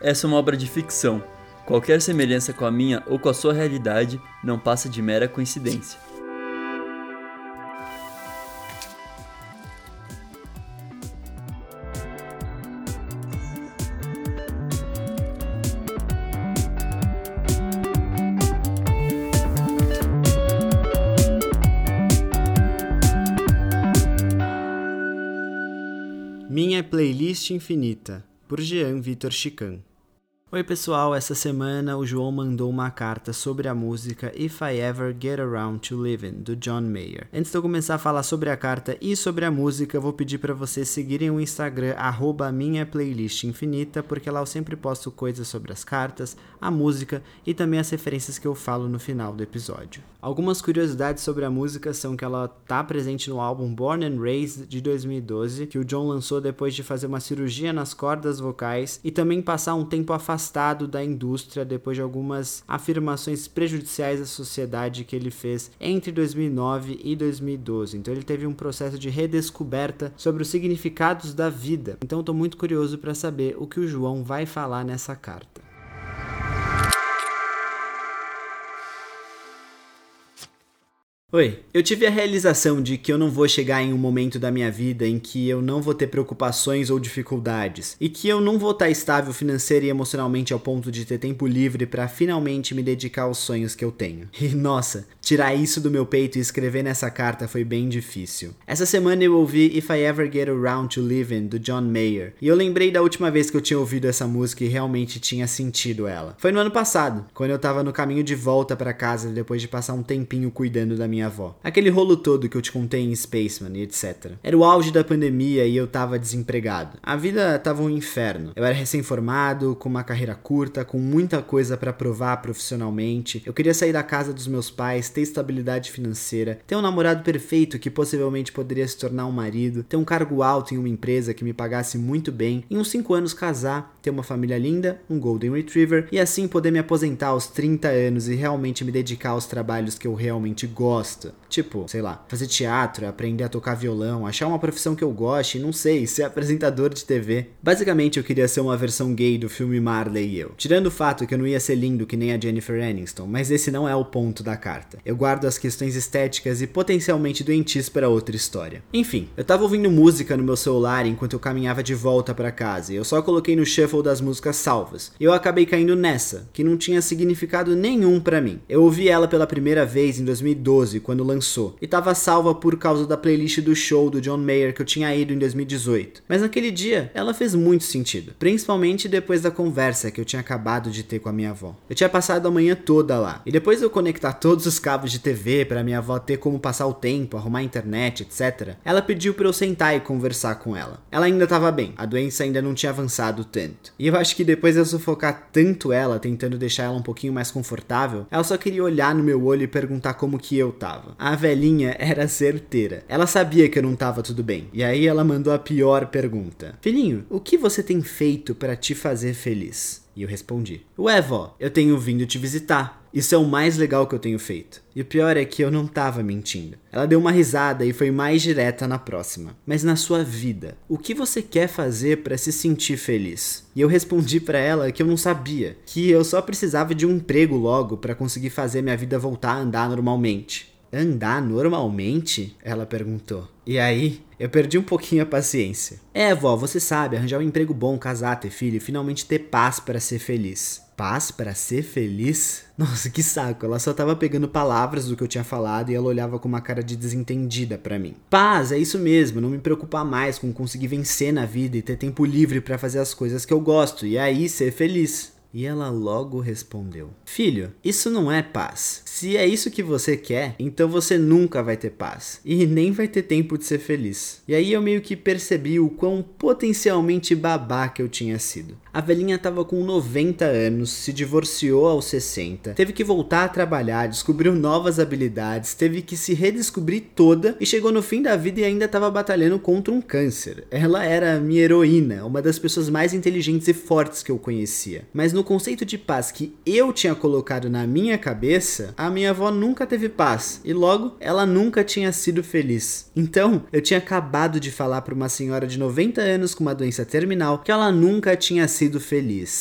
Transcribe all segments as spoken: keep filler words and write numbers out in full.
Essa é uma obra de ficção. Qualquer semelhança com a minha ou com a sua realidade não passa de mera coincidência. Minha Playlist Infinita, por Jean Vitor Chican. Oi pessoal, essa semana o João mandou uma carta sobre a música If I Ever Get Around to Living, do John Mayer. Antes de eu começar a falar sobre a carta e sobre a música, eu vou pedir para vocês seguirem o Instagram, arroba Minha Playlist Infinita, porque lá eu sempre posto coisas sobre as cartas, a música e também as referências que eu falo no final do episódio. Algumas curiosidades sobre a música são que ela tá presente no álbum Born and Raised, de dois mil e doze, que o John lançou depois de fazer uma cirurgia nas cordas vocais e também passar um tempo afastado da indústria depois de algumas afirmações prejudiciais à sociedade que ele fez entre dois mil e nove e dois mil e doze. Então ele teve um processo de redescoberta sobre os significados da vida. Então eu tô muito curioso para saber o que o João vai falar nessa carta. Oi, eu tive a realização de que eu não vou chegar em um momento da minha vida em que eu não vou ter preocupações ou dificuldades e que eu não vou estar estável financeira e emocionalmente ao ponto de ter tempo livre para finalmente me dedicar aos sonhos que eu tenho. E nossa, tirar isso do meu peito e escrever nessa carta foi bem difícil. Essa semana eu ouvi If I Ever Get Around to Living, do John Mayer, e eu lembrei da última vez que eu tinha ouvido essa música e realmente tinha sentido ela. Foi no ano passado, quando eu tava no caminho de volta para casa depois de passar um tempinho cuidando da minha avó. Aquele rolo todo que eu te contei em Spaceman e etcétera. Era o auge da pandemia e eu tava desempregado. A vida tava um inferno. Eu era recém-formado, com uma carreira curta, com muita coisa pra provar profissionalmente. Eu queria sair da casa dos meus pais, ter estabilidade financeira, ter um namorado perfeito que possivelmente poderia se tornar um marido, ter um cargo alto em uma empresa que me pagasse muito bem, em uns cinco anos casar, ter uma família linda, um Golden Retriever e assim poder me aposentar aos trinta anos e realmente me dedicar aos trabalhos que eu realmente gosto. Tipo, sei lá, fazer teatro, aprender a tocar violão, achar uma profissão que eu goste, não sei, ser apresentador de T V. Basicamente eu queria ser uma versão gay do filme Marley e eu. Tirando o fato que eu não ia ser lindo que nem a Jennifer Aniston, mas esse não é o ponto da carta. Eu guardo as questões estéticas e potencialmente doentias para outra história. Enfim, eu tava ouvindo música no meu celular enquanto eu caminhava de volta para casa e eu só coloquei no shuffle das músicas salvas. E eu acabei caindo nessa, que não tinha significado nenhum pra mim. Eu ouvi ela pela primeira vez em dois mil e doze, quando lançou, e tava salva por causa da playlist do show do John Mayer que eu tinha ido em dois mil e dezoito. Mas naquele dia, ela fez muito sentido, principalmente depois da conversa que eu tinha acabado de ter com a minha avó. Eu tinha passado a manhã toda lá, e depois de eu conectar todos os cabos de T V pra minha avó ter como passar o tempo, arrumar a internet, etcétera, ela pediu pra eu sentar e conversar com ela. Ela ainda tava bem, a doença ainda não tinha avançado tanto. E eu acho que depois de eu sufocar tanto ela, tentando deixar ela um pouquinho mais confortável, ela só queria olhar no meu olho e perguntar como que eu tava. A velhinha era certeira. Ela sabia que eu não tava tudo bem. E aí ela mandou a pior pergunta. Filhinho, o que você tem feito pra te fazer feliz? E eu respondi. Ué, vó, eu tenho vindo te visitar. Isso é o mais legal que eu tenho feito. E o pior é que eu não tava mentindo. Ela deu uma risada e foi mais direta na próxima. Mas na sua vida, o que você quer fazer pra se sentir feliz? E eu respondi pra ela que eu não sabia. Que eu só precisava de um emprego logo pra conseguir fazer minha vida voltar a andar normalmente. Andar normalmente? Ela perguntou. E aí, eu perdi um pouquinho a paciência. É, vó, você sabe, arranjar um emprego bom, casar, ter filho e finalmente ter paz pra ser feliz. Paz pra ser feliz? Nossa, que saco, ela só tava pegando palavras do que eu tinha falado e ela olhava com uma cara de desentendida pra mim. Paz, é isso mesmo, não me preocupar mais com conseguir vencer na vida e ter tempo livre pra fazer as coisas que eu gosto e aí ser feliz. E ela logo respondeu. Filho, isso não é paz. Se é isso que você quer, então você nunca vai ter paz. E nem vai ter tempo de ser feliz. E aí eu meio que percebi o quão potencialmente babaca eu tinha sido. A velhinha tava com noventa anos, se divorciou aos sessenta, teve que voltar a trabalhar, descobriu novas habilidades, teve que se redescobrir toda e chegou no fim da vida e ainda tava batalhando contra um câncer. Ela era minha heroína, uma das pessoas mais inteligentes e fortes que eu conhecia. Mas no conceito de paz que eu tinha colocado na minha cabeça, a minha avó nunca teve paz e logo ela nunca tinha sido feliz. Então eu tinha acabado de falar para uma senhora de noventa anos com uma doença terminal que ela nunca tinha sido feliz.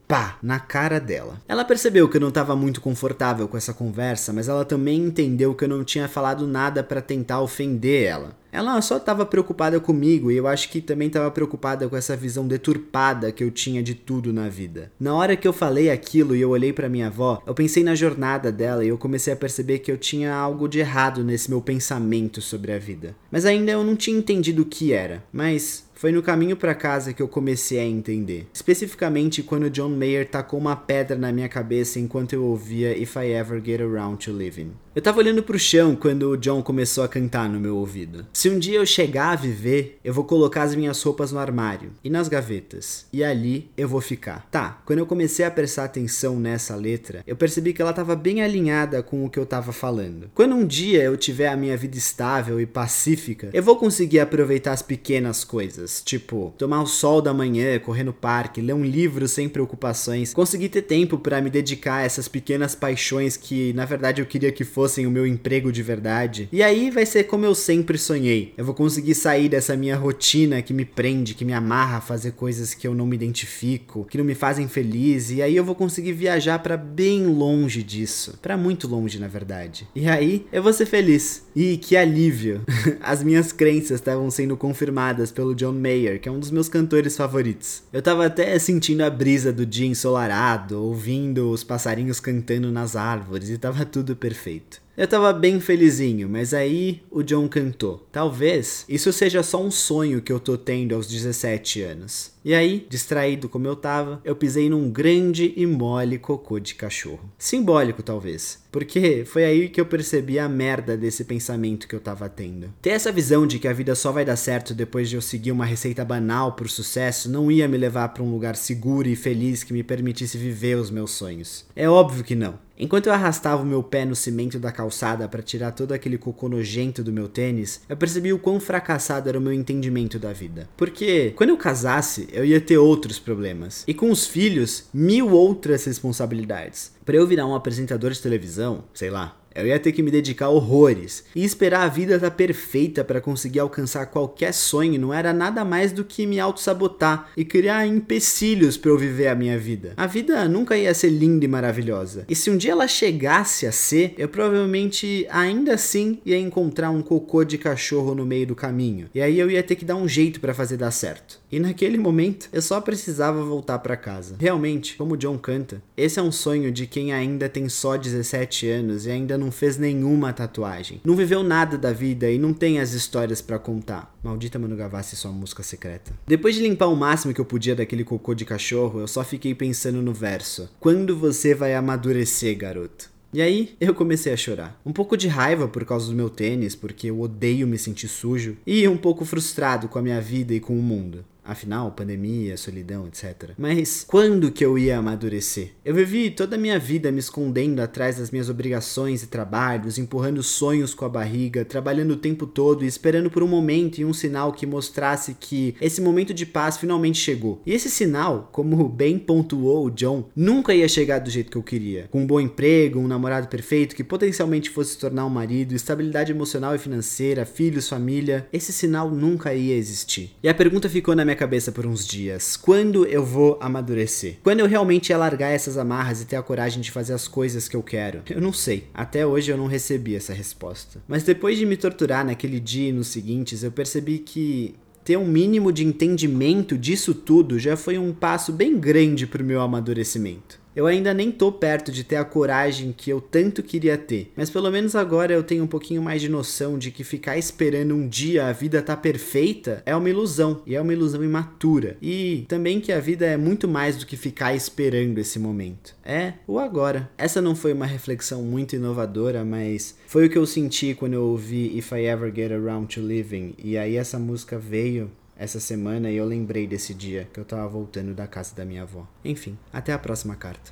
pá, na cara dela. Ela percebeu que eu não estava muito confortável com essa conversa, mas ela também entendeu que eu não tinha falado nada para tentar ofender ela. Ela só estava preocupada comigo e eu acho que também estava preocupada com essa visão deturpada que eu tinha de tudo na vida. Na hora que eu falei aquilo e eu olhei para minha avó, eu pensei na jornada dela e eu comecei a perceber que eu tinha algo de errado nesse meu pensamento sobre a vida. Mas ainda eu não tinha entendido o que era, mas foi no caminho para casa que eu comecei a entender. Especificamente quando John Mayer tacou uma pedra na minha cabeça enquanto eu ouvia If I Ever Get Around to Living. Eu tava olhando pro chão quando o John começou a cantar no meu ouvido. Se um dia eu chegar a viver, eu vou colocar as minhas roupas no armário e nas gavetas. E ali eu vou ficar. Tá, quando eu comecei a prestar atenção nessa letra, eu percebi que ela tava bem alinhada com o que eu tava falando. Quando um dia eu tiver a minha vida estável e pacífica, eu vou conseguir aproveitar as pequenas coisas. Tipo, tomar o sol da manhã, correr no parque, ler um livro sem preocupações, conseguir ter tempo pra me dedicar a essas pequenas paixões que, na verdade, eu queria que fossem o meu emprego de verdade. E aí vai ser como eu sempre sonhei. Eu vou conseguir sair dessa minha rotina que me prende, que me amarra a fazer coisas que eu não me identifico, que não me fazem feliz, e aí eu vou conseguir viajar pra bem longe disso. Pra muito longe, na verdade. E aí eu vou ser feliz. E que alívio! As minhas crenças estavam sendo confirmadas pelo John Mayer, que é um dos meus cantores favoritos. Eu tava até sentindo a brisa do dia ensolarado, ouvindo os passarinhos cantando nas árvores, e tava tudo perfeito. Eu tava bem felizinho, mas aí o John cantou. Talvez isso seja só um sonho que eu tô tendo aos dezessete anos. E aí, distraído como eu tava, eu pisei num grande e mole cocô de cachorro. Simbólico, talvez. Porque foi aí que eu percebi a merda desse pensamento que eu tava tendo. Ter essa visão de que a vida só vai dar certo depois de eu seguir uma receita banal pro sucesso não ia me levar pra um lugar seguro e feliz que me permitisse viver os meus sonhos. É óbvio que não. Enquanto eu arrastava o meu pé no cimento da calçada para tirar todo aquele cocô nojento do meu tênis, eu percebi o quão fracassado era o meu entendimento da vida. Porque quando eu casasse, eu ia ter outros problemas. E com os filhos, mil outras responsabilidades. Para eu virar um apresentador de televisão, sei lá, eu ia ter que me dedicar horrores. E esperar a vida estar perfeita para conseguir alcançar qualquer sonho não era nada mais do que me auto-sabotar e criar empecilhos para eu viver a minha vida. A vida nunca ia ser linda e maravilhosa. E se um dia ela chegasse a ser, eu provavelmente ainda assim ia encontrar um cocô de cachorro no meio do caminho. E aí eu ia ter que dar um jeito para fazer dar certo. E naquele momento, eu só precisava voltar para casa. Realmente, como o John canta, esse é um sonho de quem ainda tem só dezessete anos e ainda não fez nenhuma tatuagem. Não viveu nada da vida e não tem as histórias pra contar. Maldita Manu Gavassi e sua música secreta. Depois de limpar o máximo que eu podia daquele cocô de cachorro, eu só fiquei pensando no verso. Quando você vai amadurecer, garoto? E aí, eu comecei a chorar. Um pouco de raiva por causa do meu tênis, porque eu odeio me sentir sujo. E um pouco frustrado com a minha vida e com o mundo. Afinal, pandemia, solidão, etcétera. Mas quando que eu ia amadurecer? Eu vivi toda a minha vida me escondendo atrás das minhas obrigações e trabalhos, empurrando sonhos com a barriga, trabalhando o tempo todo e esperando por um momento e um sinal que mostrasse que esse momento de paz finalmente chegou. E esse sinal, como bem pontuou o John, nunca ia chegar do jeito que eu queria. Com um bom emprego, um namorado perfeito que potencialmente fosse se tornar um marido, estabilidade emocional e financeira, filhos, família. Esse sinal nunca ia existir. E a pergunta ficou na minha cabeça por uns dias. Quando eu vou amadurecer? Quando eu realmente ia largar essas amarras e ter a coragem de fazer as coisas que eu quero? Eu não sei. Até hoje eu não recebi essa resposta. Mas depois de me torturar naquele dia e nos seguintes, eu percebi que ter um mínimo de entendimento disso tudo já foi um passo bem grande pro meu amadurecimento. Eu ainda nem tô perto de ter a coragem que eu tanto queria ter, mas pelo menos agora eu tenho um pouquinho mais de noção de que ficar esperando um dia a vida tá perfeita é uma ilusão, e é uma ilusão imatura. E também que a vida é muito mais do que ficar esperando esse momento. É o agora. Essa não foi uma reflexão muito inovadora, mas foi o que eu senti quando eu ouvi If I Ever Get Around to Living, e aí essa música veio essa semana e eu lembrei desse dia que eu tava voltando da casa da minha avó. Enfim, até a próxima carta.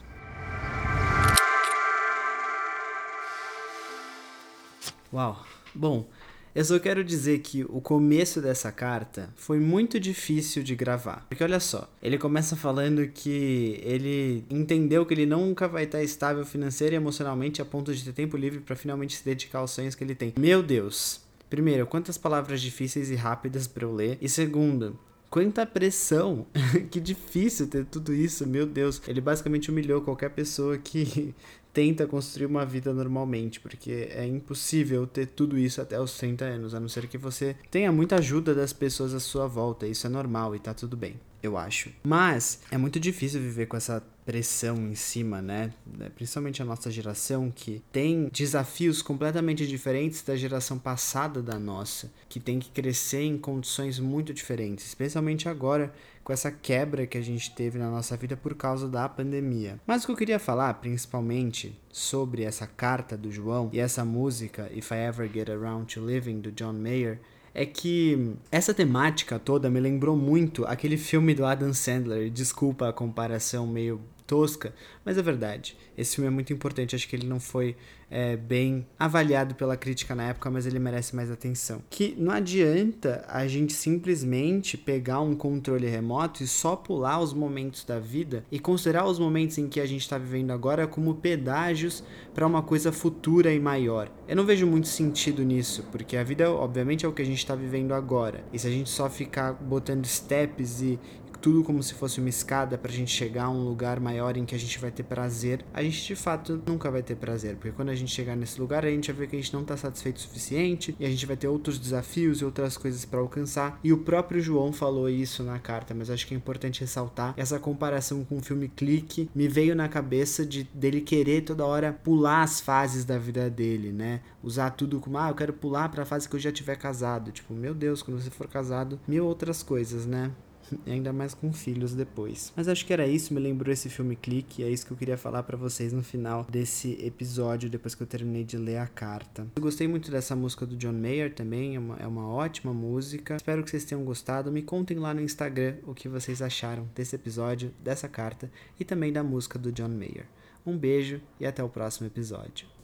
Uau, bom, eu só quero dizer que o começo dessa carta foi muito difícil de gravar. Porque olha só, ele começa falando que ele entendeu que ele nunca vai estar estável financeira e emocionalmente a ponto de ter tempo livre pra finalmente se dedicar aos sonhos que ele tem. Meu Deus! Primeiro, quantas palavras difíceis e rápidas pra eu ler. E segundo, quanta pressão, que difícil ter tudo isso, meu Deus. Ele basicamente humilhou qualquer pessoa que tenta construir uma vida normalmente, porque é impossível ter tudo isso até os trinta anos, a não ser que você tenha muita ajuda das pessoas à sua volta. Isso é normal e tá tudo bem, eu acho. Mas é muito difícil viver com essa pressão em cima, né? Principalmente a nossa geração, que tem desafios completamente diferentes da geração passada da nossa, que tem que crescer em condições muito diferentes, especialmente agora com essa quebra que a gente teve na nossa vida por causa da pandemia. Mas o que eu queria falar, principalmente, sobre essa carta do João e essa música If I Ever Get Around to Living, do John Mayer, é que essa temática toda me lembrou muito aquele filme do Adam Sandler. Desculpa a comparação meio tosca, mas é verdade. Esse filme é muito importante, acho que ele não foi é, bem avaliado pela crítica na época, mas ele merece mais atenção. Que não adianta a gente simplesmente pegar um controle remoto e só pular os momentos da vida e considerar os momentos em que a gente está vivendo agora como pedágios para uma coisa futura e maior. Eu não vejo muito sentido nisso, porque a vida, obviamente, é o que a gente está vivendo agora. E se a gente só ficar botando steps e tudo como se fosse uma escada pra gente chegar a um lugar maior em que a gente vai ter prazer, a gente de fato nunca vai ter prazer, porque quando a gente chegar nesse lugar, a gente vai ver que a gente não tá satisfeito o suficiente e a gente vai ter outros desafios e outras coisas pra alcançar. E o próprio João falou isso na carta, mas acho que é importante ressaltar essa comparação com o filme Clique. Me veio na cabeça de dele querer toda hora pular as fases da vida dele, né? Usar tudo como, ah, eu quero pular pra fase que eu já tiver casado. Tipo, meu Deus, quando você for casado, mil outras coisas, né? Ainda mais com filhos depois. Mas acho que era isso, me lembrou esse filme Clique, e é isso que eu queria falar pra vocês no final desse episódio, depois que eu terminei de ler a carta. Eu gostei muito dessa música do John Mayer também, é uma, é uma ótima música. Espero que vocês tenham gostado. Me contem lá no Instagram o que vocês acharam desse episódio, dessa carta e também da música do John Mayer. Um beijo e até o próximo episódio.